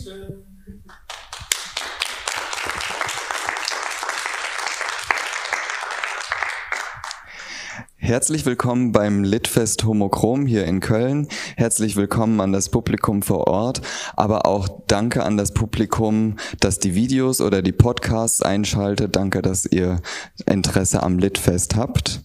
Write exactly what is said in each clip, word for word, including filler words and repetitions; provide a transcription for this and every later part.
Bitte. Herzlich willkommen beim Litfest Homochrom hier in Köln. Herzlich willkommen an das Publikum vor Ort, aber auch danke an das Publikum, das die Videos oder die Podcasts einschaltet. Danke, dass ihr Interesse am Litfest habt.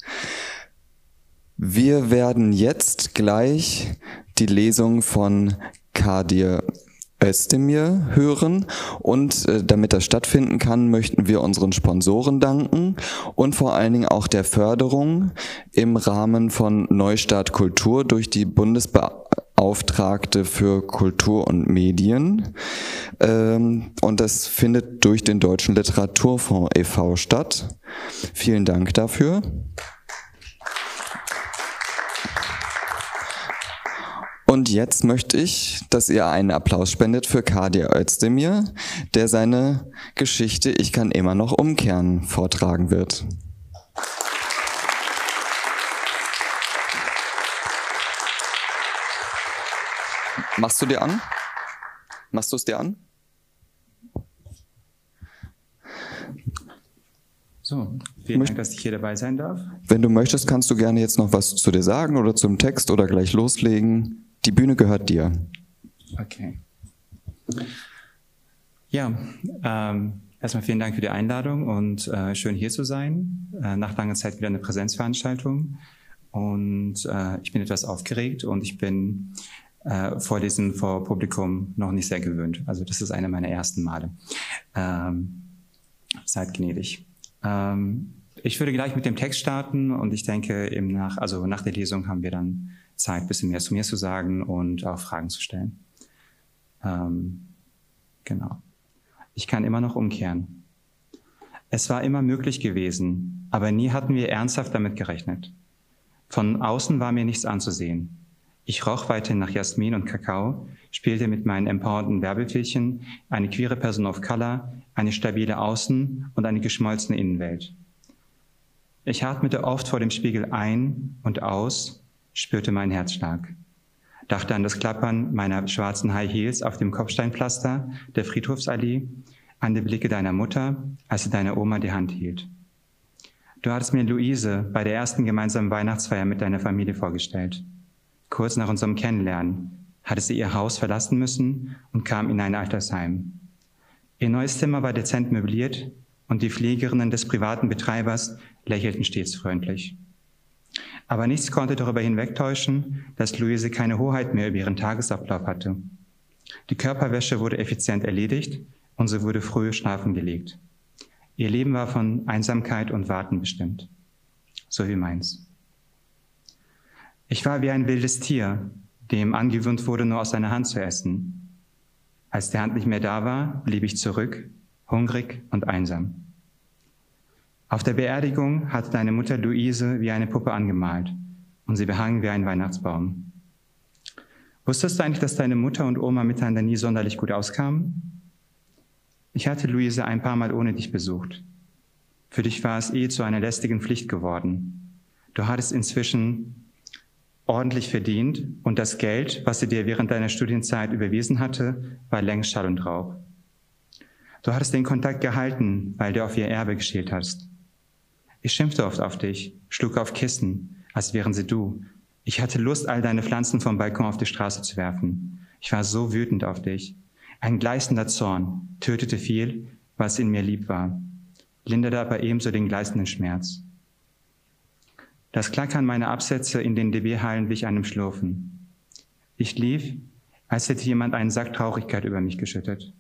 Wir werden jetzt gleich die Lesung von Kadir Özdemir hören und äh, damit das stattfinden kann, möchten wir unseren Sponsoren danken und vor allen Dingen auch der Förderung im Rahmen von Neustart Kultur durch die Bundesbeauftragte für Kultur und Medien, ähm, und das findet durch den Deutschen Literaturfonds e V statt. Vielen Dank dafür. Und jetzt möchte ich, dass ihr einen Applaus spendet für Kadir Özdemir, der seine Geschichte Ich kann immer noch umkehren vortragen wird. Machst du dir an? Machst du es dir an? So, vielen Dank, dass ich hier dabei sein darf. Wenn du möchtest, kannst du gerne jetzt noch was zu dir sagen oder zum Text oder gleich loslegen. Die Bühne gehört dir. Okay. Ja, ähm, erstmal vielen Dank für die Einladung und äh, schön hier zu sein. Äh, nach langer Zeit wieder eine Präsenzveranstaltung. Und äh, ich bin etwas aufgeregt und ich bin äh, Vorlesen vor Publikum noch nicht sehr gewöhnt. Also das ist eine meiner ersten Male. Ähm, seid gnädig. Ähm, ich würde gleich mit dem Text starten und ich denke, im nach, also nach der Lesung haben wir dann Zeit, ein bisschen mehr zu mir zu sagen und auch Fragen zu stellen. Ähm, genau. Ich kann immer noch umkehren. Es war immer möglich gewesen, aber nie hatten wir ernsthaft damit gerechnet. Von außen war mir nichts anzusehen. Ich roch weiterhin nach Jasmin und Kakao, spielte mit meinen empowernden Werbefilchen eine queere Person of Color, eine stabile Außen- und eine geschmolzene Innenwelt. Ich atmete oft vor dem Spiegel ein und aus, spürte meinen Herzschlag, dachte an das Klappern meiner schwarzen High Heels auf dem Kopfsteinpflaster der Friedhofsallee, an die Blicke deiner Mutter, als sie deiner Oma die Hand hielt. Du hattest mir Luise bei der ersten gemeinsamen Weihnachtsfeier mit deiner Familie vorgestellt. Kurz nach unserem Kennenlernen hatte sie ihr Haus verlassen müssen und kam in ein Altersheim. Ihr neues Zimmer war dezent möbliert und die Pflegerinnen des privaten Betreibers lächelten stets freundlich. Aber nichts konnte darüber hinwegtäuschen, dass Luise keine Hoheit mehr über ihren Tagesablauf hatte. Die Körperwäsche wurde effizient erledigt und sie wurde früh schlafen gelegt. Ihr Leben war von Einsamkeit und Warten bestimmt, so wie meins. Ich war wie ein wildes Tier, dem angewöhnt wurde, nur aus seiner Hand zu essen. Als die Hand nicht mehr da war, blieb ich zurück, hungrig und einsam. Auf der Beerdigung hatte deine Mutter Luise wie eine Puppe angemalt und sie behangen wie ein Weihnachtsbaum. Wusstest du eigentlich, dass deine Mutter und Oma miteinander nie sonderlich gut auskamen? Ich hatte Luise ein paar Mal ohne dich besucht. Für dich war es eh zu einer lästigen Pflicht geworden. Du hattest inzwischen ordentlich verdient und das Geld, was sie dir während deiner Studienzeit überwiesen hatte, war längst Schall und Rauch. Du hattest den Kontakt gehalten, weil du auf ihr Erbe geschielt hast. Ich schimpfte oft auf dich, schlug auf Kissen, als wären sie du. Ich hatte Lust, all deine Pflanzen vom Balkon auf die Straße zu werfen. Ich war so wütend auf dich. Ein gleißender Zorn tötete viel, was in mir lieb war, linderte aber ebenso den gleißenden Schmerz. Das Klackern meiner Absätze in den D B-Hallen wich einem Schlurfen. Ich lief, als hätte jemand einen Sack Traurigkeit über mich geschüttet.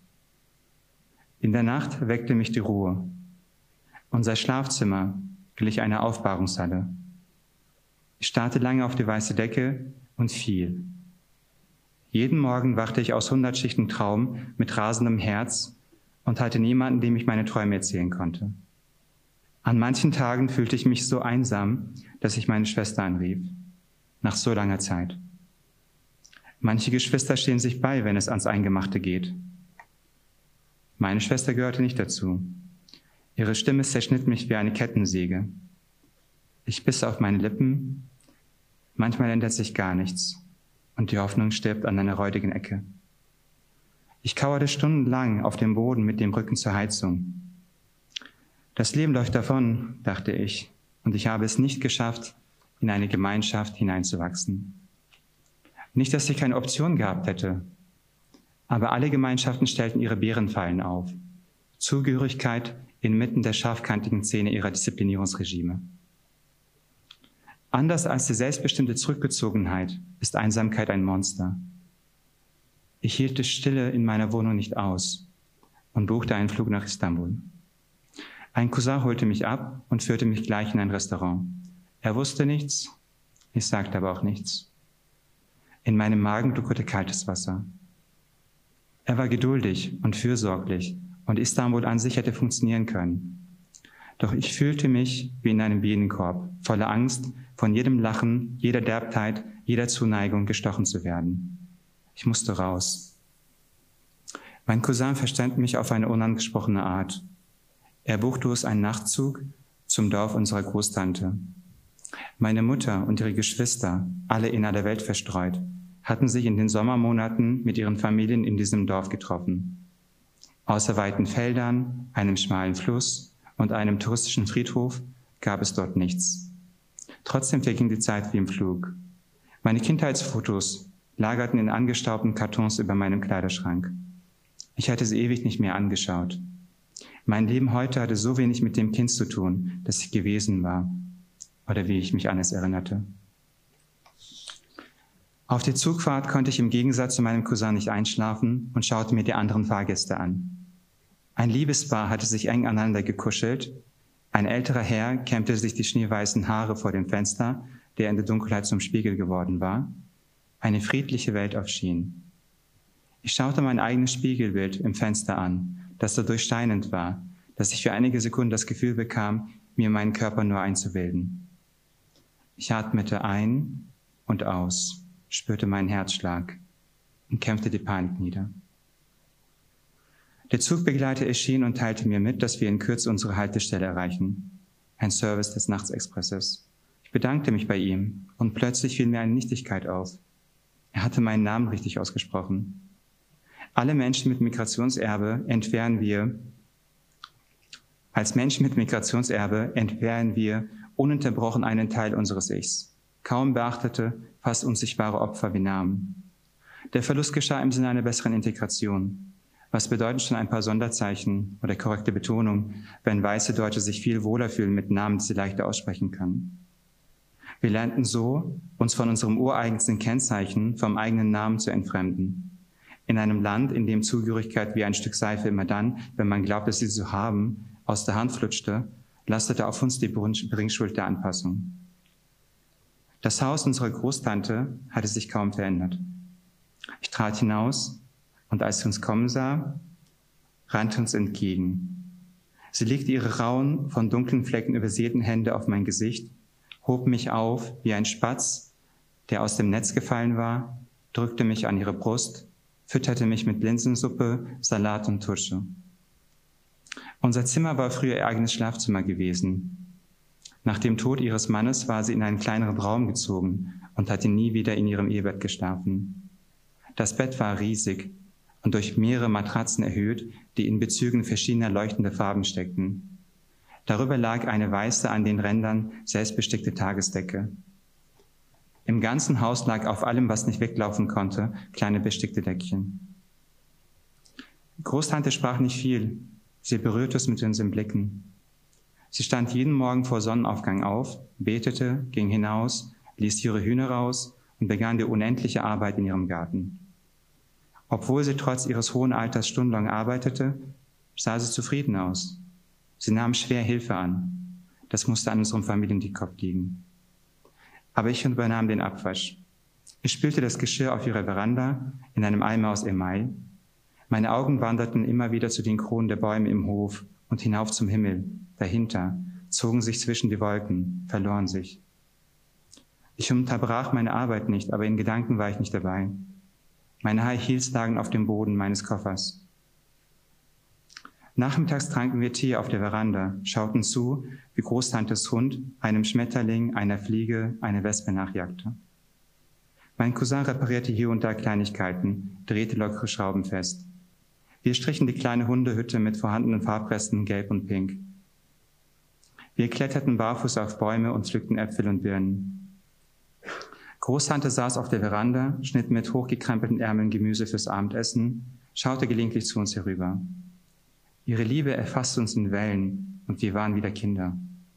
In der Nacht weckte mich die Ruhe. Unser Schlafzimmer glich einer Aufbahrungshalle. Ich starrte lange auf die weiße Decke und fiel. Jeden Morgen wachte ich aus hundert Schichten Traum mit rasendem Herz und hatte niemanden, dem ich meine Träume erzählen konnte. An manchen Tagen fühlte ich mich so einsam, dass ich meine Schwester anrief. Nach so langer Zeit. Manche Geschwister stehen sich bei, wenn es ans Eingemachte geht. Meine Schwester gehörte nicht dazu. Ihre Stimme zerschnitt mich wie eine Kettensäge. Ich biss auf meine Lippen. Manchmal ändert sich gar nichts und die Hoffnung stirbt an einer räudigen Ecke. Ich kauerte stundenlang auf dem Boden mit dem Rücken zur Heizung. Das Leben läuft davon, dachte ich, und ich habe es nicht geschafft, in eine Gemeinschaft hineinzuwachsen. Nicht, dass ich keine Option gehabt hätte, aber alle Gemeinschaften stellten ihre Bärenfallen auf. Zugehörigkeit inmitten der scharfkantigen Zähne ihrer Disziplinierungsregime. Anders als die selbstbestimmte Zurückgezogenheit ist Einsamkeit ein Monster. Ich hielt die Stille in meiner Wohnung nicht aus und buchte einen Flug nach Istanbul. Ein Cousin holte mich ab und führte mich gleich in ein Restaurant. Er wusste nichts, ich sagte aber auch nichts. In meinem Magen gluckerte kaltes Wasser. Er war geduldig und fürsorglich und Istanbul an sich hätte funktionieren können. Doch ich fühlte mich wie in einem Bienenkorb, voller Angst, von jedem Lachen, jeder Derbtheit, jeder Zuneigung gestochen zu werden. Ich musste raus. Mein Cousin verstand mich auf eine unangesprochene Art. Er buchte uns einen Nachtzug zum Dorf unserer Großtante. Meine Mutter und ihre Geschwister, alle in aller Welt verstreut, hatten sich in den Sommermonaten mit ihren Familien in diesem Dorf getroffen. Außer weiten Feldern, einem schmalen Fluss und einem touristischen Friedhof gab es dort nichts. Trotzdem verging die Zeit wie im Flug. Meine Kindheitsfotos lagerten in angestaubten Kartons über meinem Kleiderschrank. Ich hatte sie ewig nicht mehr angeschaut. Mein Leben heute hatte so wenig mit dem Kind zu tun, das ich gewesen war, oder wie ich mich an es erinnerte. Auf der Zugfahrt konnte ich im Gegensatz zu meinem Cousin nicht einschlafen und schaute mir die anderen Fahrgäste an. Ein Liebespaar hatte sich eng aneinander gekuschelt. Ein älterer Herr kämmte sich die schneeweißen Haare vor dem Fenster, der in der Dunkelheit zum Spiegel geworden war. Eine friedliche Welt aufschien. Ich schaute mein eigenes Spiegelbild im Fenster an, das so durchscheinend war, dass ich für einige Sekunden das Gefühl bekam, mir meinen Körper nur einzubilden. Ich atmete ein und aus, spürte meinen Herzschlag und kämpfte die Panik nieder. Der Zugbegleiter erschien und teilte mir mit, dass wir in Kürze unsere Haltestelle erreichen, ein Service des Nachtexpresses. Ich bedankte mich bei ihm und plötzlich fiel mir eine Nichtigkeit auf. Er hatte meinen Namen richtig ausgesprochen. Alle Menschen mit Migrationserbe entbehren wir, als Menschen mit Migrationserbe entbehren wir ununterbrochen einen Teil unseres Ichs. Kaum beachtete, fast unsichtbare Opfer wie Namen. Der Verlust geschah im Sinne einer besseren Integration. Was bedeuten schon ein paar Sonderzeichen oder korrekte Betonung, wenn weiße Deutsche sich viel wohler fühlen mit Namen, die sie leichter aussprechen können? Wir lernten so, uns von unserem ureigensten Kennzeichen, vom eigenen Namen zu entfremden. In einem Land, in dem Zugehörigkeit wie ein Stück Seife immer dann, wenn man glaubt, es sie zu haben, aus der Hand flutschte, lastete auf uns die Bringschuld der Anpassung. Das Haus unserer Großtante hatte sich kaum verändert. Ich trat hinaus und als sie uns kommen sah, rannte uns entgegen. Sie legte ihre rauen, von dunklen Flecken übersäten Hände auf mein Gesicht, hob mich auf wie ein Spatz, der aus dem Netz gefallen war, drückte mich an ihre Brust, fütterte mich mit Linsensuppe, Salat und Tusche. Unser Zimmer war früher ihr eigenes Schlafzimmer gewesen. Nach dem Tod ihres Mannes war sie in einen kleineren Raum gezogen und hatte nie wieder in ihrem Ehebett geschlafen. Das Bett war riesig und durch mehrere Matratzen erhöht, die in Bezügen verschiedener leuchtender Farben steckten. Darüber lag eine weiße, an den Rändern selbstbestickte Tagesdecke. Im ganzen Haus lag auf allem, was nicht weglaufen konnte, kleine bestickte Deckchen. Großtante sprach nicht viel, sie berührte es mit unseren Blicken. Sie stand jeden Morgen vor Sonnenaufgang auf, betete, ging hinaus, ließ ihre Hühner raus und begann die unendliche Arbeit in ihrem Garten. Obwohl sie trotz ihres hohen Alters stundenlang arbeitete, sah sie zufrieden aus. Sie nahm schwer Hilfe an. Das musste an unserem Familiendickkopf liegen. Aber ich übernahm den Abwasch. Ich spülte das Geschirr auf ihrer Veranda in einem Eimer aus Email. Meine Augen wanderten immer wieder zu den Kronen der Bäume im Hof und hinauf zum Himmel. Dahinter zogen sich zwischen die Wolken, verloren sich. Ich unterbrach meine Arbeit nicht, aber in Gedanken war ich nicht dabei. Meine High Heels lagen auf dem Boden meines Koffers. Nachmittags tranken wir Tee auf der Veranda, schauten zu, wie Großtantes Hund einem Schmetterling, einer Fliege, einer Wespe nachjagte. Mein Cousin reparierte hier und da Kleinigkeiten, drehte lockere Schrauben fest. Wir strichen die kleine Hundehütte mit vorhandenen Farbresten gelb und pink. Wir kletterten barfuß auf Bäume und pflückten Äpfel und Birnen. Großtante saß auf der Veranda, schnitt mit hochgekrempelten Ärmeln Gemüse fürs Abendessen, schaute gelegentlich zu uns herüber. Ihre Liebe erfasste uns in Wellen und wir waren wieder Kinder.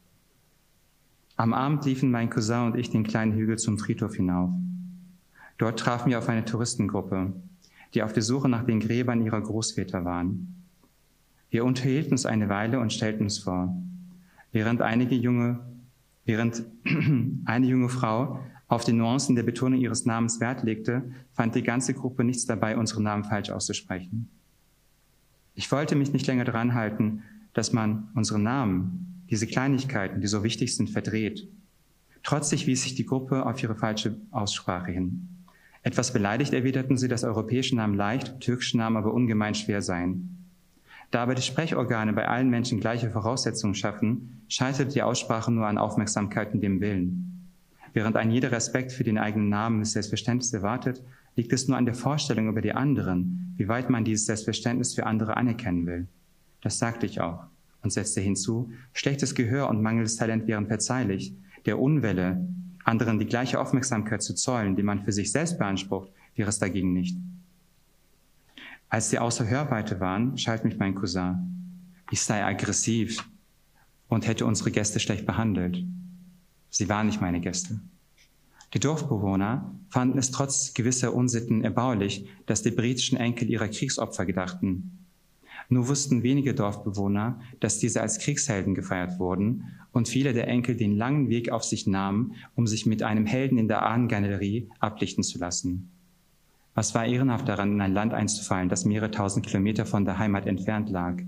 Am Abend liefen mein Cousin und ich den kleinen Hügel zum Friedhof hinauf. Dort trafen wir auf eine Touristengruppe, die auf der Suche nach den Gräbern ihrer Großväter waren. Wir unterhielten uns eine Weile und stellten uns vor, während, einige junge, während eine junge Frau auf die Nuancen der Betonung ihres Namens Wert legte, fand die ganze Gruppe nichts dabei, unseren Namen falsch auszusprechen. Ich wollte mich nicht länger daran halten, dass man unsere Namen, diese Kleinigkeiten, die so wichtig sind, verdreht. Trotzig wies sich die Gruppe auf ihre falsche Aussprache hin. Etwas beleidigt erwiderten sie, dass europäische Namen leicht, türkische Namen aber ungemein schwer seien. Da aber die Sprechorgane bei allen Menschen gleiche Voraussetzungen schaffen, scheiterte die Aussprache nur an Aufmerksamkeit und dem Willen. Während ein jeder Respekt für den eigenen Namen das Selbstverständnis erwartet, liegt es nur an der Vorstellung über die anderen, wie weit man dieses Selbstverständnis für andere anerkennen will. Das sagte ich auch und setzte hinzu, schlechtes Gehör und mangelndes Talent wären verzeihlich. Der Unwille, anderen die gleiche Aufmerksamkeit zu zollen, die man für sich selbst beansprucht, wäre es dagegen nicht. Als sie außer Hörweite waren, schalt mich mein Cousin. Ich sei aggressiv und hätte unsere Gäste schlecht behandelt. Sie waren nicht meine Gäste. Die Dorfbewohner fanden es trotz gewisser Unsitten erbaulich, dass die britischen Enkel ihrer Kriegsopfer gedachten. Nur wussten wenige Dorfbewohner, dass diese als Kriegshelden gefeiert wurden und viele der Enkel den langen Weg auf sich nahmen, um sich mit einem Helden in der Ahnengalerie ablichten zu lassen. Was war ehrenhaft daran, in ein Land einzufallen, das mehrere tausend Kilometer von der Heimat entfernt lag?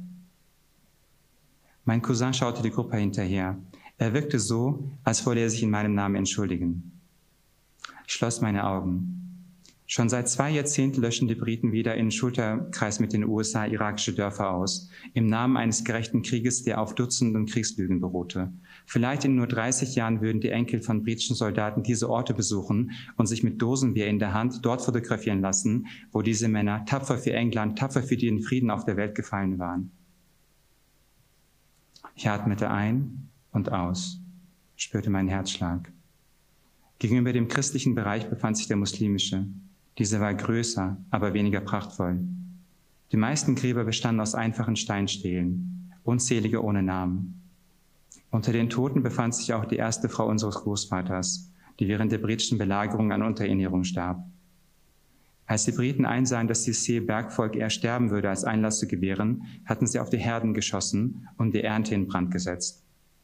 Mein Cousin schaute die Gruppe hinterher. Er wirkte so, als wolle er sich in meinem Namen entschuldigen. Ich schloss meine Augen. Schon seit zwei Jahrzehnten löschen die Briten wieder in Schulterkreis mit den U S A irakische Dörfer aus, im Namen eines gerechten Krieges, der auf Dutzenden Kriegslügen beruhte. Vielleicht in nur dreißig Jahren würden die Enkel von britischen Soldaten diese Orte besuchen und sich mit Dosenbier in der Hand dort fotografieren lassen, wo diese Männer tapfer für England, tapfer für den Frieden auf der Welt gefallen waren. Ich atmete ein und aus, spürte meinen Herzschlag. Gegenüber dem christlichen Bereich befand sich der muslimische. Dieser war größer, aber weniger prachtvoll. Die meisten Gräber bestanden aus einfachen Steinstelen, unzählige ohne Namen. Unter den Toten befand sich auch die erste Frau unseres Großvaters, die während der britischen Belagerung an Unterernährung starb. Als die Briten einsahen, dass das Bergvolk eher sterben würde, als Einlass zu gewähren, hatten sie auf die Herden geschossen und die Ernte in Brand gesetzt.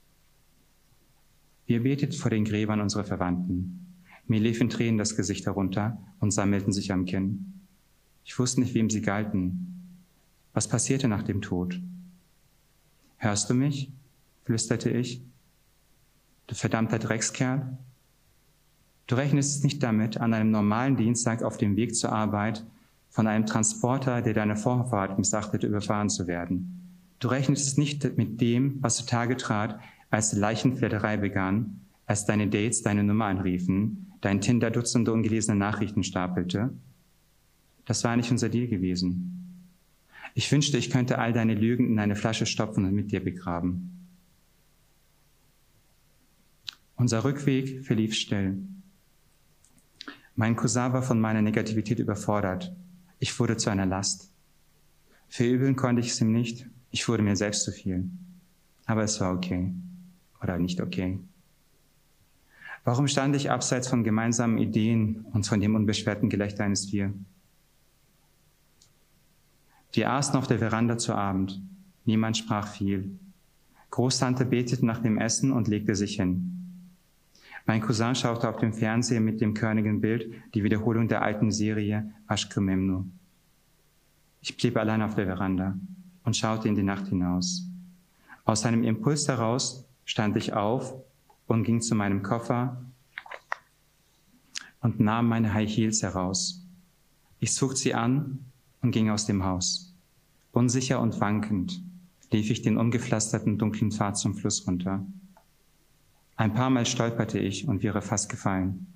Wir beteten vor den Gräbern unserer Verwandten. Mir liefen Tränen das Gesicht herunter und sammelten sich am Kinn. Ich wusste nicht, wem sie galten. Was passierte nach dem Tod? Hörst du mich? Flüsterte ich. Du verdammter Dreckskerl. Du rechnest nicht damit, an einem normalen Dienstag auf dem Weg zur Arbeit von einem Transporter, der deine Vorfahrt missachtete, überfahren zu werden. Du rechnest nicht mit dem, was zutage trat, als die Leichenfledderei begann, als deine Dates deine Nummer anriefen, dein Tinder Dutzende ungelesene Nachrichten stapelte. Das war nicht unser Deal gewesen. Ich wünschte, ich könnte all deine Lügen in eine Flasche stopfen und mit dir begraben. Unser Rückweg verlief still. Mein Cousin war von meiner Negativität überfordert. Ich wurde zu einer Last. Verübeln konnte ich es ihm nicht. Ich wurde mir selbst zu viel. Aber es war okay. Oder nicht okay. Warum stand ich abseits von gemeinsamen Ideen und von dem unbeschwerten Gelächter eines Wir? Wir aßen auf der Veranda zu Abend. Niemand sprach viel. Großtante betete nach dem Essen und legte sich hin. Mein Cousin schaute auf dem Fernseher mit dem körnigen Bild die Wiederholung der alten Serie Aşk-ı Memnu. Ich blieb allein auf der Veranda und schaute in die Nacht hinaus. Aus einem Impuls heraus stand ich auf und ging zu meinem Koffer und nahm meine High Heels heraus. Ich zog sie an und ging aus dem Haus. Unsicher und wankend lief ich den ungepflasterten dunklen Pfad zum Fluss runter. Ein paar Mal stolperte ich und wäre fast gefallen.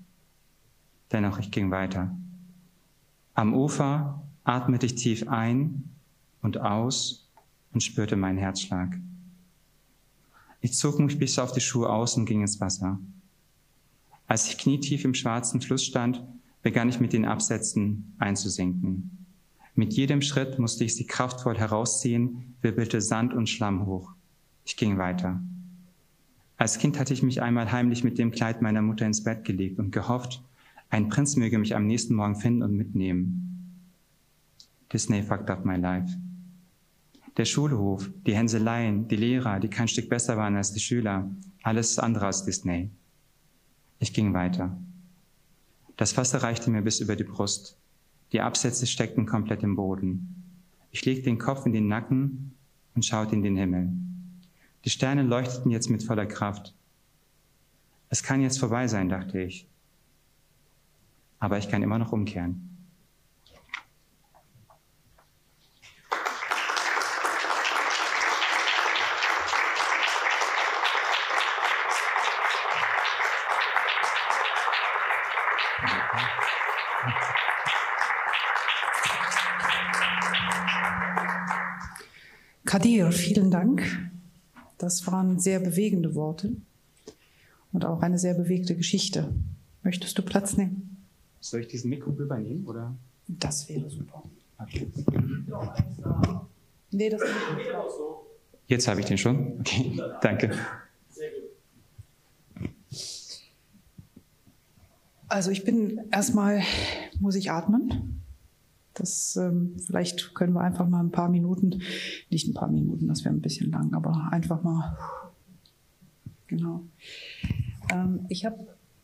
Dennoch, ich ging weiter. Am Ufer atmete ich tief ein und aus und spürte meinen Herzschlag. Ich zog mich bis auf die Schuhe aus und ging ins Wasser. Als ich knietief im schwarzen Fluss stand, begann ich mit den Absätzen einzusinken. Mit jedem Schritt musste ich sie kraftvoll herausziehen, wirbelte Sand und Schlamm hoch. Ich ging weiter. Als Kind hatte ich mich einmal heimlich mit dem Kleid meiner Mutter ins Bett gelegt und gehofft, ein Prinz möge mich am nächsten Morgen finden und mitnehmen. Disney fucked up my life. Der Schulhof, die Hänseleien, die Lehrer, die kein Stück besser waren als die Schüler, alles andere als Disney. Ich ging weiter. Das Wasser reichte mir bis über die Brust. Die Absätze steckten komplett im Boden. Ich legte den Kopf in den Nacken und schaute in den Himmel. Die Sterne leuchteten jetzt mit voller Kraft. Es kann jetzt vorbei sein, dachte ich. Aber ich kann immer noch umkehren. Kadir, vielen Dank. Das waren sehr bewegende Worte und auch eine sehr bewegte Geschichte. Möchtest du Platz nehmen? Soll ich diesen Mikro übernehmen, oder? Das wäre super. Okay. Nee, das Jetzt habe ich den schon. Okay, danke. Also ich bin erstmal, muss ich atmen. Das, ähm, vielleicht können wir einfach mal ein paar Minuten, nicht ein paar Minuten, das wäre ein bisschen lang, aber einfach mal, genau. Ähm, ich habe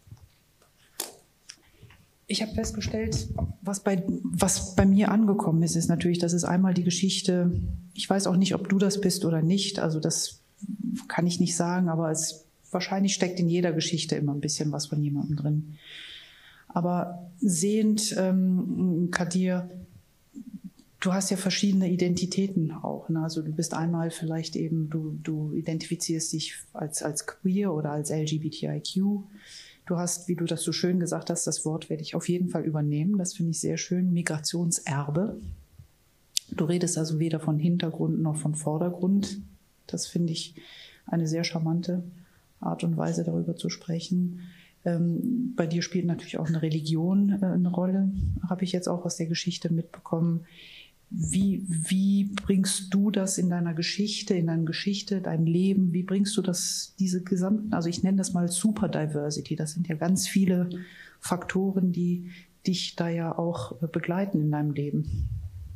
ich hab festgestellt, was bei, was bei mir angekommen ist, ist natürlich, das ist einmal die Geschichte, ich weiß auch nicht, ob du das bist oder nicht, also das kann ich nicht sagen, aber es wahrscheinlich steckt in jeder Geschichte immer ein bisschen was von jemandem drin. Aber sehend, ähm, Kadir, du hast ja verschiedene Identitäten auch. Ne? Also du bist einmal vielleicht eben, du, du identifizierst dich als, als queer oder als L G B T I Q. Du hast, wie du das so schön gesagt hast, das Wort werde ich auf jeden Fall übernehmen. Das finde ich sehr schön. Migrationserbe. Du redest also weder von Hintergrund noch von Vordergrund. Das finde ich eine sehr charmante Art und Weise, darüber zu sprechen. Ähm, bei dir spielt natürlich auch eine Religion äh, eine Rolle, habe ich jetzt auch aus der Geschichte mitbekommen. Wie, wie bringst du das in deiner Geschichte, in deine Geschichte, dein Leben, wie bringst du das, diese gesamten, also ich nenne das mal Super Diversity, das sind ja ganz viele Faktoren, die dich da ja auch äh, begleiten in deinem Leben.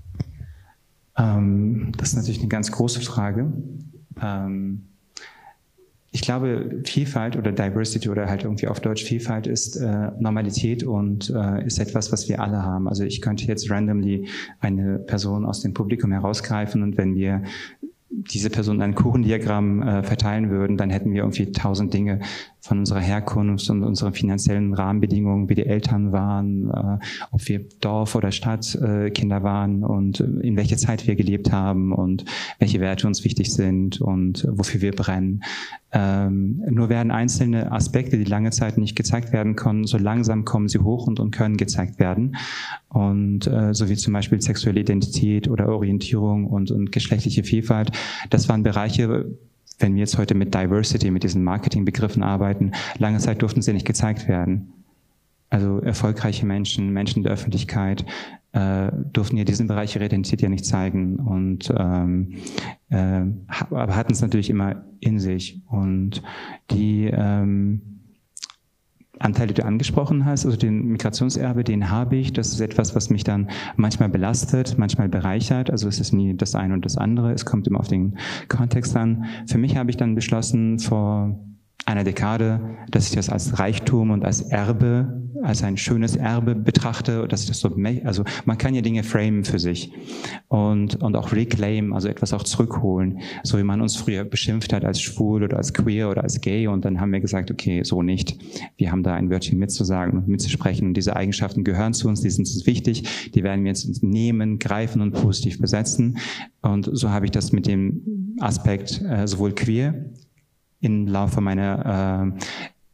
Ähm, das ist natürlich eine ganz große Frage. Ähm, Ich glaube, Vielfalt oder Diversity oder halt irgendwie auf Deutsch Vielfalt ist äh, Normalität und äh, ist etwas, was wir alle haben. Also ich könnte jetzt randomly eine Person aus dem Publikum herausgreifen und wenn wir diese Person ein Kuchendiagramm äh, verteilen würden, dann hätten wir irgendwie tausend Dinge von unserer Herkunft und unseren finanziellen Rahmenbedingungen, wie die Eltern waren, äh, ob wir Dorf- oder Stadtkinder äh, waren und in welcher Zeit wir gelebt haben und welche Werte uns wichtig sind und äh, wofür wir brennen. Ähm, nur werden einzelne Aspekte, die lange Zeit nicht gezeigt werden konnten, so langsam kommen sie hoch und, und können gezeigt werden. Und äh, so wie zum Beispiel sexuelle Identität oder Orientierung und, und geschlechtliche Vielfalt, das waren Bereiche, wenn wir jetzt heute mit Diversity, mit diesen Marketingbegriffen arbeiten, lange Zeit durften sie nicht gezeigt werden. Also erfolgreiche Menschen, Menschen der Öffentlichkeit äh, durften ja diesen Bereich ihrer Identität ja nicht zeigen und ähm, äh, aber hatten es natürlich immer in sich. Und die ähm, Anteile, die du angesprochen hast, also den Migrationserbe, den habe ich. Das ist etwas, was mich dann manchmal belastet, manchmal bereichert. Also es ist nie das eine und das andere. Es kommt immer auf den Kontext an. Für mich habe ich dann beschlossen vor einer Dekade, dass ich das als Reichtum und als Erbe, als ein schönes Erbe betrachte, dass ich das so, also man kann ja Dinge framen für sich und und auch reclaim, also etwas auch zurückholen, so wie man uns früher beschimpft hat als schwul oder als queer oder als gay und dann haben wir gesagt, okay, so nicht. Wir haben da ein Wörtchen mitzusagen und mitzusprechen und diese Eigenschaften gehören zu uns, die sind uns wichtig, die werden wir jetzt nehmen, greifen und positiv besetzen und so habe ich das mit dem Aspekt äh, sowohl queer im Laufe meiner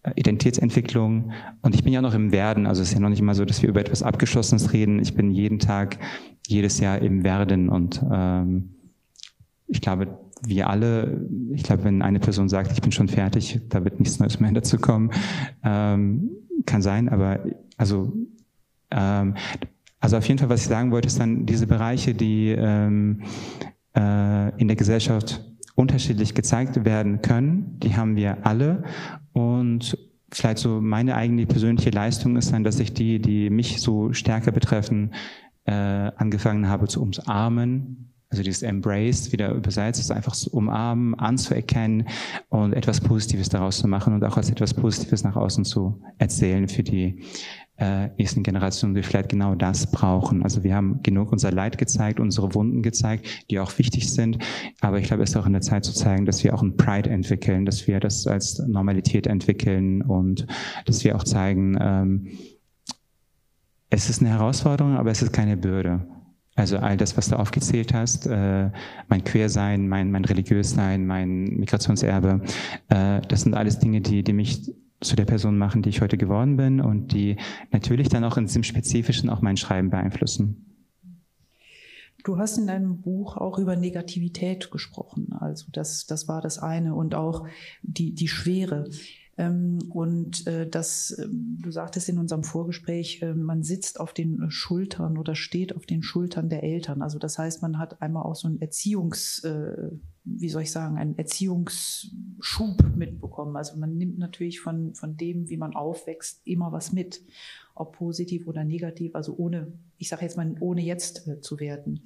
Identitätsentwicklung. Und ich bin ja noch im Werden, also es ist ja noch nicht mal so, dass wir über etwas Abgeschlossenes reden. Ich bin jeden Tag, jedes Jahr im Werden und ähm, ich glaube, wir alle, ich glaube, wenn eine Person sagt, ich bin schon fertig, da wird nichts Neues mehr dazu kommen, ähm, kann sein, aber also ähm, also auf jeden Fall, was ich sagen wollte, ist dann diese Bereiche, die ähm, äh, in der Gesellschaft unterschiedlich gezeigt werden können, die haben wir alle und vielleicht so meine eigene persönliche Leistung ist dann, dass ich die, die mich so stärker betreffen, äh, angefangen habe zu umarmen. Also dieses Embrace, wieder übersetzt, ist einfach zu umarmen, anzuerkennen und etwas Positives daraus zu machen und auch als etwas Positives nach außen zu erzählen für die äh, nächsten Generationen, die vielleicht genau das brauchen. Also wir haben genug unser Leid gezeigt, unsere Wunden gezeigt, die auch wichtig sind. Aber ich glaube, es ist auch in der Zeit zu zeigen, dass wir auch ein Pride entwickeln, dass wir das als Normalität entwickeln und dass wir auch zeigen, ähm, es ist eine Herausforderung, aber es ist keine Bürde. Also all das, was du aufgezählt hast, äh, mein Queersein, mein, mein Religiössein, mein Migrationserbe, äh, das sind alles Dinge, die, die mich zu der Person machen, die ich heute geworden bin und die natürlich dann auch in diesem Spezifischen auch mein Schreiben beeinflussen. Du hast in deinem Buch auch über Negativität gesprochen, also das, das war das eine und auch die, die Schwere. Und das, du sagtest in unserem Vorgespräch, man sitzt auf den Schultern oder steht auf den Schultern der Eltern. Also das heißt, man hat einmal auch so einen Erziehungs, wie soll ich sagen, einen Erziehungsschub mitbekommen. Also man nimmt natürlich von, von dem, wie man aufwächst, immer was mit, ob positiv oder negativ, also ohne, ich sage jetzt mal, ohne jetzt zu werten.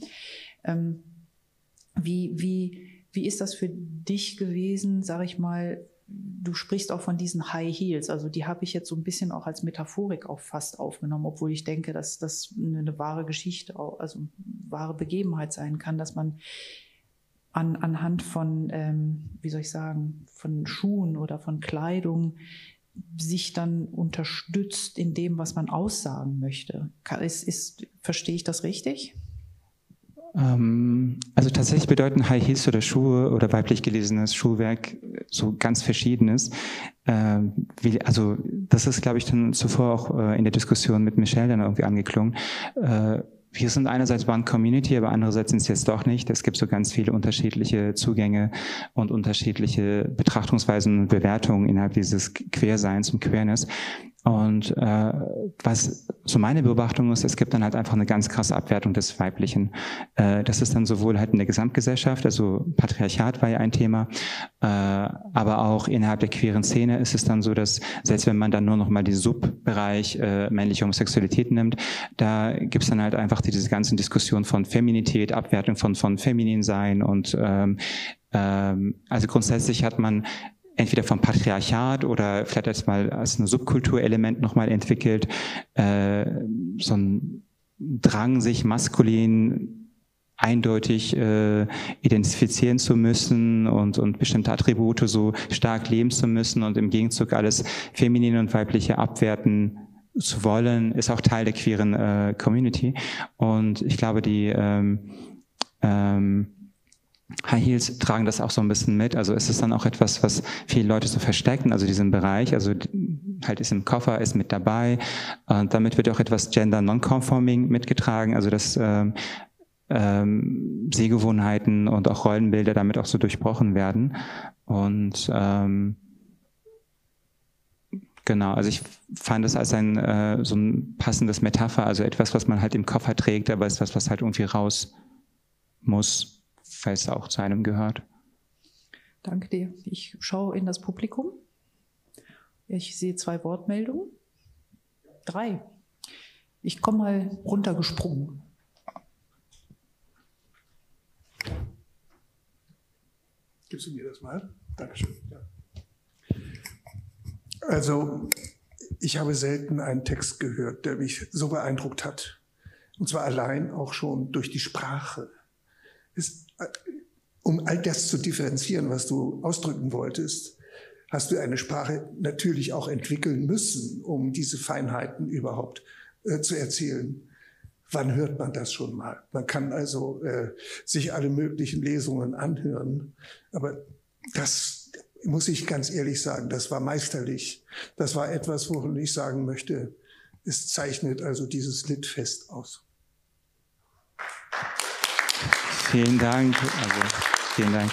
Wie, wie, wie ist das für dich gewesen, sage ich mal? Du sprichst auch von diesen High Heels, also die habe ich jetzt so ein bisschen auch als Metaphorik auch fast aufgenommen, obwohl ich denke, dass das eine, eine wahre Geschichte, also eine wahre Begebenheit sein kann, dass man an, anhand von, ähm, wie soll ich sagen, von Schuhen oder von Kleidung sich dann unterstützt in dem, was man aussagen möchte. Ist, ist, verstehe ich das richtig? Also tatsächlich bedeuten High Heels oder Schuhe oder weiblich gelesenes Schuhwerk so ganz Verschiedenes. Also das ist, glaube ich, dann zuvor auch in der Diskussion mit Michelle dann irgendwie angeklungen. Wir sind einerseits One Community, aber andererseits sind es jetzt doch nicht. Es gibt so ganz viele unterschiedliche Zugänge und unterschiedliche Betrachtungsweisen und Bewertungen innerhalb dieses Queerseins und Queerness. Und äh, was so meine Beobachtung ist, es gibt dann halt einfach eine ganz krasse Abwertung des Weiblichen. Äh, das ist dann sowohl halt in der Gesamtgesellschaft, also Patriarchat war ja ein Thema, äh, aber auch innerhalb der queeren Szene ist es dann so, dass selbst wenn man dann nur noch mal den Subbereich äh, männliche Homosexualität nimmt, da gibt es dann halt einfach diese ganzen Diskussionen von Feminität, Abwertung von von Femininsein und ähm, ähm, also grundsätzlich hat man entweder vom Patriarchat oder vielleicht als mal als ein Subkulturelement nochmal entwickelt, äh, so ein Drang, sich maskulin eindeutig äh, identifizieren zu müssen und, und bestimmte Attribute so stark leben zu müssen und im Gegenzug alles Feminine und Weibliche abwerten zu wollen, ist auch Teil der queeren äh, Community. Und ich glaube, die ähm, ähm, High Heels tragen das auch so ein bisschen mit. Also ist es dann auch etwas, was viele Leute so verstecken, also diesen Bereich, also halt ist im Koffer, ist mit dabei. Und damit wird auch etwas Gender Non-Conforming mitgetragen, also dass ähm, ähm, Sehgewohnheiten und auch Rollenbilder damit auch so durchbrochen werden. Und ähm, genau, also ich fand es als ein äh, so ein passendes Metapher, also etwas, was man halt im Koffer trägt, aber etwas, was halt irgendwie raus muss, falls es auch zu einem gehört. Danke dir. Ich schaue in das Publikum. Ich sehe zwei Wortmeldungen. Drei. Ich komme mal runtergesprungen. Gibst du mir das mal? Dankeschön. Ja. Also, ich habe selten einen Text gehört, der mich so beeindruckt hat. Und zwar allein auch schon durch die Sprache. Es, um all das zu differenzieren, was du ausdrücken wolltest, hast du eine Sprache natürlich auch entwickeln müssen, um diese Feinheiten überhaupt äh, zu erzählen. Wann hört man das schon mal? Man kann also äh, sich alle möglichen Lesungen anhören, aber das muss ich ganz ehrlich sagen, das war meisterlich. Das war etwas, worin ich sagen möchte, es zeichnet also dieses Litfest aus. Vielen Dank. Also, vielen Dank.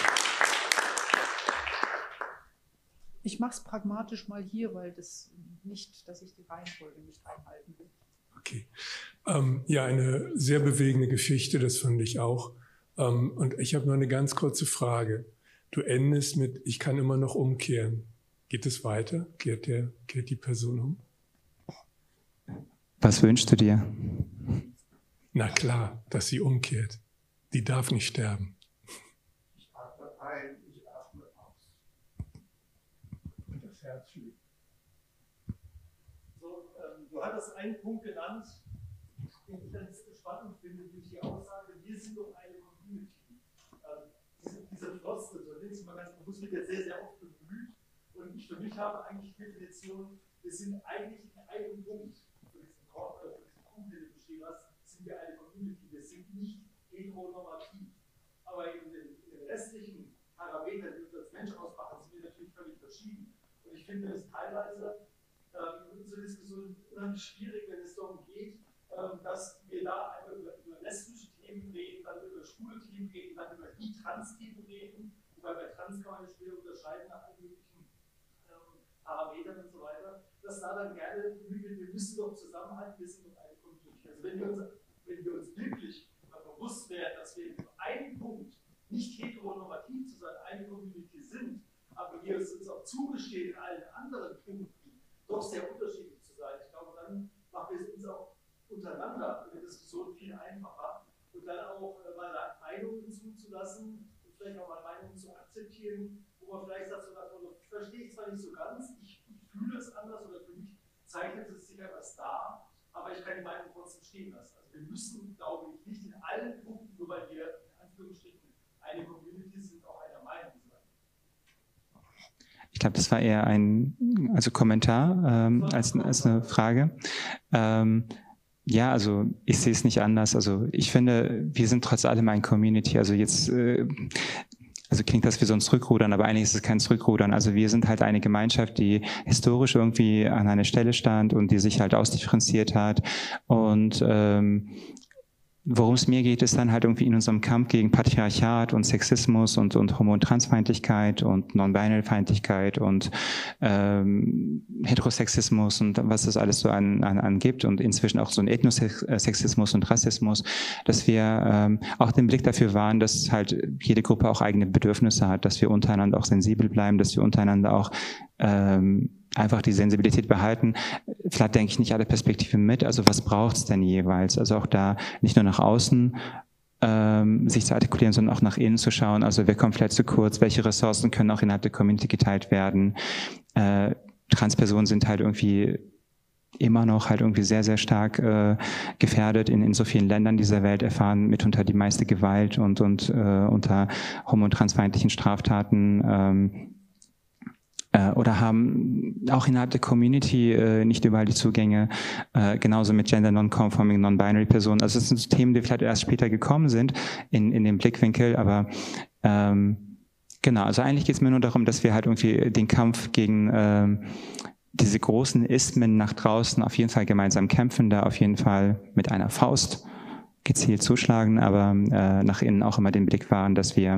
Ich mache es pragmatisch mal hier, weil das nicht, dass ich die Reihenfolge nicht einhalten will. Okay. Ähm, ja, eine sehr bewegende Geschichte, das fand ich auch. Ähm, und ich habe noch eine ganz kurze Frage. Du endest mit, ich kann immer noch umkehren. Geht es weiter? Kehrt, der, kehrt die Person um? Was wünschst du dir? Na klar, dass sie umkehrt. Die darf nicht sterben. Ich atme ein, ich atme aus. Und das Herz schlägt. So, ähm, du hattest einen Punkt genannt, den ich ganz spannend finde, nämlich die Aussage, wir sind doch eine Community. Ähm, diese, diese Floskel, so nenne ich es mal ganz bewusst, wird jetzt sehr, sehr oft bemüht. Und ich für mich habe eigentlich die Definition, wir sind eigentlich in einem Punkt, für diesen Punkt, den du beschrieben hast, sind wir eine Community. Wir sind nicht heteronormativ. Aber in den, in den restlichen Parametern, die uns als Mensch ausmachen, sind wir natürlich völlig verschieden. Und ich finde es teilweise ähm, in unserer Diskussion unheimlich schwierig, wenn es darum geht, ähm, dass wir da einmal über, über lesbische Themen reden, dann über schwule Themen reden, dann über die Trans-Themen reden, wobei bei Trans kann man ja schwer unterscheiden nach allen möglichen ähm, Parametern und so weiter, dass da dann gerne bemüht, wir müssen doch zusammenhalten, wir sind doch eine Community. Also wenn wir uns, wenn wir uns wirklich bewusst werden, dass wir in einem Punkt nicht heteronormativ zu sein, eine Community sind, aber wir es uns auch zugestehen, in allen anderen Punkten doch sehr unterschiedlich zu sein. Ich glaube, dann machen wir es uns auch untereinander in der Diskussion viel einfacher und dann auch äh, mal Meinungen zuzulassen und vielleicht auch mal Meinungen zu akzeptieren, wo man vielleicht sagt, so nach dem Motto, ich verstehe es zwar nicht so ganz, ich, ich fühle es anders oder für mich zeichnet es sich etwas dar, aber ich kann die Meinung trotzdem stehen lassen. Also wir müssen, glaube ich, nicht in allen Punkten, nur weil wir in Anführungsstrichen eine Community sind, auch einer Meinung sein. Ich glaube, das war eher ein also Kommentar ähm, als, als eine Frage. Ähm, ja, also ich sehe es nicht anders. Also ich finde, wir sind trotz allem eine Community. Also jetzt äh, also klingt das wie so ein Zurückrudern, aber eigentlich ist es kein Zurückrudern. Also wir sind halt eine Gemeinschaft, die historisch irgendwie an einer Stelle stand und die sich halt ausdifferenziert hat. Und ähm, worum es mir geht, ist dann halt irgendwie in unserem Kampf gegen Patriarchat und Sexismus und, und Homo- und Transfeindlichkeit und Non-Binary-Feindlichkeit und ähm, Heterosexismus und was es alles so an, an, angibt und inzwischen auch so ein Ethnosexismus und Rassismus, dass wir ähm, auch den Blick dafür wahren, dass halt jede Gruppe auch eigene Bedürfnisse hat, dass wir untereinander auch sensibel bleiben, dass wir untereinander auch ähm, einfach die Sensibilität behalten. Vielleicht denke ich nicht alle Perspektiven mit, also was braucht es denn jeweils? Also auch da nicht nur nach außen ähm, sich zu artikulieren, sondern auch nach innen zu schauen. Also wer kommt vielleicht zu kurz? Welche Ressourcen können auch innerhalb der Community geteilt werden? Äh, Transpersonen sind halt irgendwie immer noch halt irgendwie sehr, sehr stark äh, gefährdet. In, in so vielen Ländern dieser Welt erfahren mitunter die meiste Gewalt und, und äh, unter homo- und transfeindlichen Straftaten ähm, oder haben auch innerhalb der Community äh, nicht überall die Zugänge, äh, genauso mit Gender Non-Conforming, Non-Binary Personen. Also es sind so Themen, die vielleicht erst später gekommen sind in, in dem Blickwinkel, aber ähm, genau, also eigentlich geht es mir nur darum, dass wir halt irgendwie den Kampf gegen ähm, diese großen Ismen nach draußen auf jeden Fall gemeinsam kämpfen, da auf jeden Fall mit einer Faust gezielt zuschlagen, aber äh, nach innen auch immer den Blick wahren, dass wir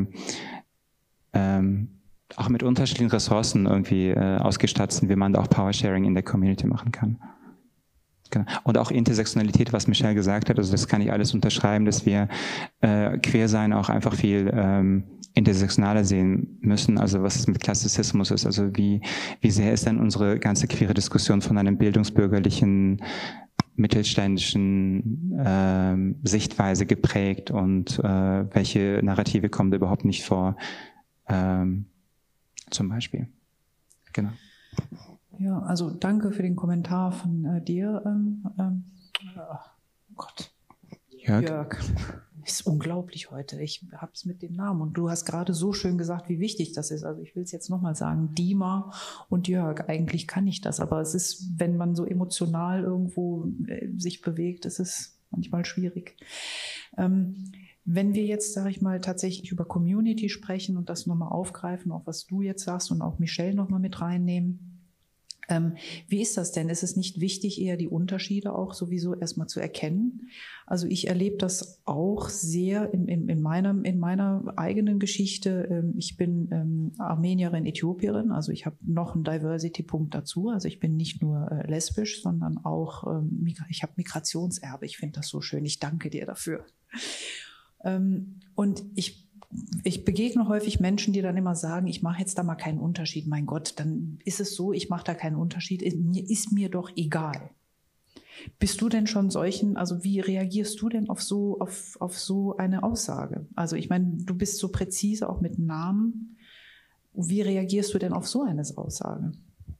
ähm, auch mit unterschiedlichen Ressourcen irgendwie äh, ausgestattet sind, wie man da auch Powersharing in der Community machen kann. Genau. Und auch Intersektionalität, was Michelle gesagt hat, also das kann ich alles unterschreiben, dass wir äh, Queersein auch einfach viel ähm, intersektionaler sehen müssen, also was es mit Klassizismus ist, also wie, wie sehr ist dann unsere ganze queere Diskussion von einem bildungsbürgerlichen, mittelständischen äh, Sichtweise geprägt und äh, welche Narrative kommen da überhaupt nicht vor, ähm, zum Beispiel. Genau. Ja, also danke für den Kommentar von äh, dir, ähm, ähm, oh Gott, Jörg. Jörg. Ist unglaublich heute. Ich habe es mit den Namen und du hast gerade so schön gesagt, wie wichtig das ist. Also ich will es jetzt nochmal sagen, Dima und Jörg, eigentlich kann ich das, aber es ist, wenn man so emotional irgendwo äh, sich bewegt, ist es manchmal schwierig. Ähm, Wenn wir jetzt, sage ich mal, tatsächlich über Community sprechen und das nochmal aufgreifen, auch was du jetzt sagst und auch Michelle nochmal mit reinnehmen, Ähm, wie ist das denn? Ist es nicht wichtig, eher die Unterschiede auch sowieso erstmal zu erkennen? Also ich erlebe das auch sehr in, in, in, meinem, in meiner eigenen Geschichte. Ähm, ich bin ähm, Armenierin, Äthiopierin, also ich habe noch einen Diversity-Punkt dazu. Also ich bin nicht nur äh, lesbisch, sondern auch, ähm, ich habe Migrationserbe. Ich finde das so schön. Ich danke dir dafür. Ähm, und ich Ich begegne häufig Menschen, die dann immer sagen, ich mache jetzt da mal keinen Unterschied. Mein Gott, dann ist es so, ich mache da keinen Unterschied. Mir ist mir doch egal. Bist du denn schon solchen, also wie reagierst du denn auf so, auf, auf so eine Aussage? Also ich meine, du bist so präzise auch mit Namen. Wie reagierst du denn auf so eine Aussage?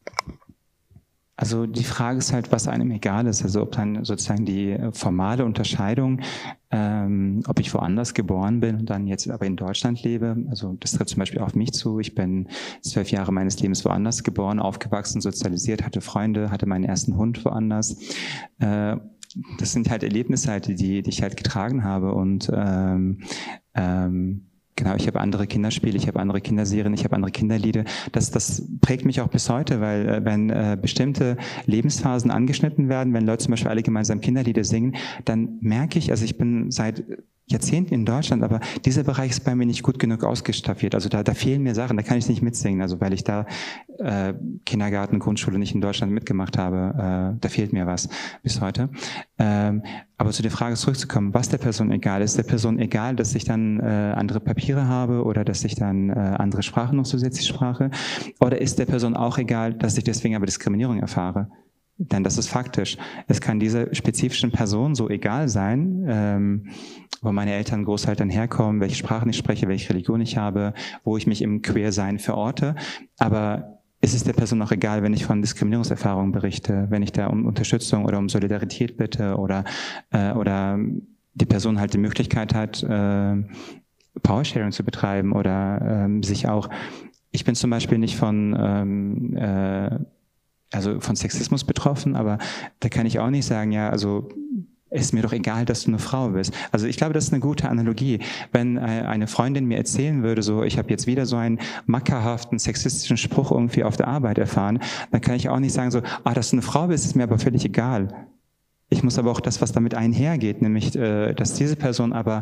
Also die Frage ist halt, was einem egal ist. Also ob dann sozusagen die formale Unterscheidung, ähm, ob ich woanders geboren bin und dann jetzt aber in Deutschland lebe. Also das trifft zum Beispiel auf mich zu. Ich bin zwölf Jahre meines Lebens woanders geboren, aufgewachsen, sozialisiert, hatte Freunde, hatte meinen ersten Hund woanders. Äh, das sind halt Erlebnisse, halt, die, die ich halt getragen habe und ähm, ähm, genau, ich habe andere Kinderspiele, ich habe andere Kinderserien, ich habe andere Kinderlieder. Das, das prägt mich auch bis heute, weil äh, wenn äh, bestimmte Lebensphasen angeschnitten werden, wenn Leute zum Beispiel alle gemeinsam Kinderlieder singen, dann merke ich, also ich bin seit Jahrzehnten in Deutschland, aber dieser Bereich ist bei mir nicht gut genug ausgestaffiert. Also da, da fehlen mir Sachen, da kann ich nicht mitsingen, also weil ich da äh, Kindergarten, Grundschule nicht in Deutschland mitgemacht habe, äh, da fehlt mir was bis heute. Ähm, aber zu der Frage zurückzukommen, was der Person egal ist, der Person egal, dass ich dann äh, andere Papiere habe oder dass ich dann äh, andere Sprachen noch zusätzlich sprache, oder ist der Person auch egal, dass ich deswegen aber Diskriminierung erfahre? Denn das ist faktisch. Es kann dieser spezifischen Person so egal sein, ähm, wo meine Eltern, Großeltern herkommen, welche Sprachen ich spreche, welche Religion ich habe, wo ich mich im Queersein verorte. Aber ist es der Person auch egal, wenn ich von Diskriminierungserfahrungen berichte, wenn ich da um Unterstützung oder um Solidarität bitte oder, äh, oder die Person halt die Möglichkeit hat, äh, Powersharing zu betreiben oder ähm, sich auch, ich bin zum Beispiel nicht von ähm, äh, also von Sexismus betroffen, aber da kann ich auch nicht sagen, ja, also ist mir doch egal, dass du eine Frau bist. Also ich glaube, das ist eine gute Analogie. Wenn eine Freundin mir erzählen würde, so ich habe jetzt wieder so einen mackerhaften, sexistischen Spruch irgendwie auf der Arbeit erfahren, dann kann ich auch nicht sagen so, ah, dass du eine Frau bist, ist mir aber völlig egal. Ich muss aber auch das, was damit einhergeht, nämlich, dass diese Person aber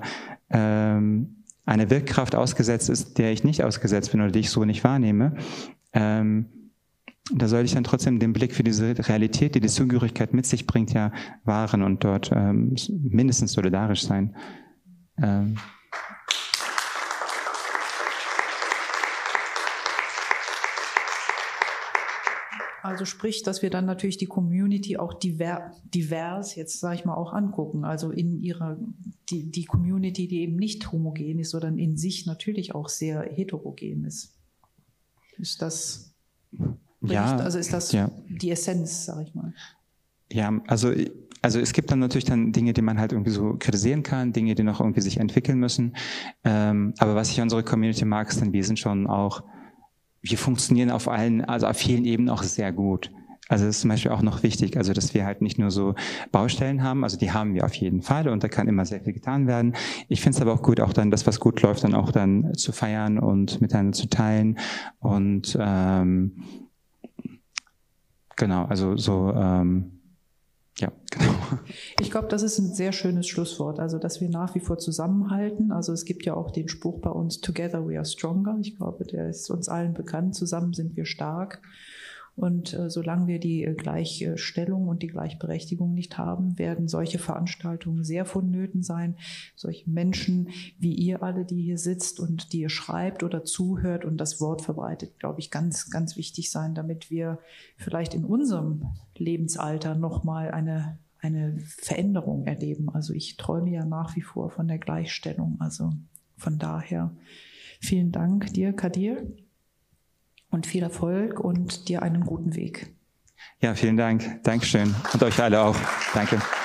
ähm, eine Wirkkraft ausgesetzt ist, der ich nicht ausgesetzt bin oder die ich so nicht wahrnehme, ähm, da soll ich dann trotzdem den Blick für diese Realität, die die Zugehörigkeit mit sich bringt, ja wahren und dort ähm, mindestens solidarisch sein. Ähm. Also sprich, dass wir dann natürlich die Community auch diver, divers, jetzt sage ich mal, auch angucken. Also in ihrer, die, die Community, die eben nicht homogen ist, sondern in sich natürlich auch sehr heterogen ist. Ist das... Ja, also ist das ja die Essenz, sage ich mal. Ja, also, also es gibt dann natürlich dann Dinge, die man halt irgendwie so kritisieren kann, Dinge, die noch irgendwie sich entwickeln müssen. Ähm, aber was ich an unserer Community mag, ist dann, wir sind schon auch, wir funktionieren auf allen, also auf vielen Ebenen auch sehr gut. Also das ist zum Beispiel auch noch wichtig, also dass wir halt nicht nur so Baustellen haben, also die haben wir auf jeden Fall und da kann immer sehr viel getan werden. Ich finde es aber auch gut, auch dann das, was gut läuft, dann auch dann zu feiern und miteinander zu teilen und ähm, genau, also so, ähm, ja, genau. Ich glaube, das ist ein sehr schönes Schlusswort, also dass wir nach wie vor zusammenhalten. Also es gibt ja auch den Spruch bei uns, Together we are stronger. Ich glaube, der ist uns allen bekannt, zusammen sind wir stark. Und äh, solange wir die äh, Gleichstellung und die Gleichberechtigung nicht haben, werden solche Veranstaltungen sehr vonnöten sein. Solche Menschen wie ihr alle, die hier sitzt und die ihr schreibt oder zuhört und das Wort verbreitet, glaube ich, ganz, ganz wichtig sein, damit wir vielleicht in unserem Lebensalter nochmal eine, eine Veränderung erleben. Also ich träume ja nach wie vor von der Gleichstellung. Also von daher vielen Dank dir, Kadir. Und viel Erfolg und dir einen guten Weg. Ja, vielen Dank. Dankeschön. Und euch alle auch. Danke.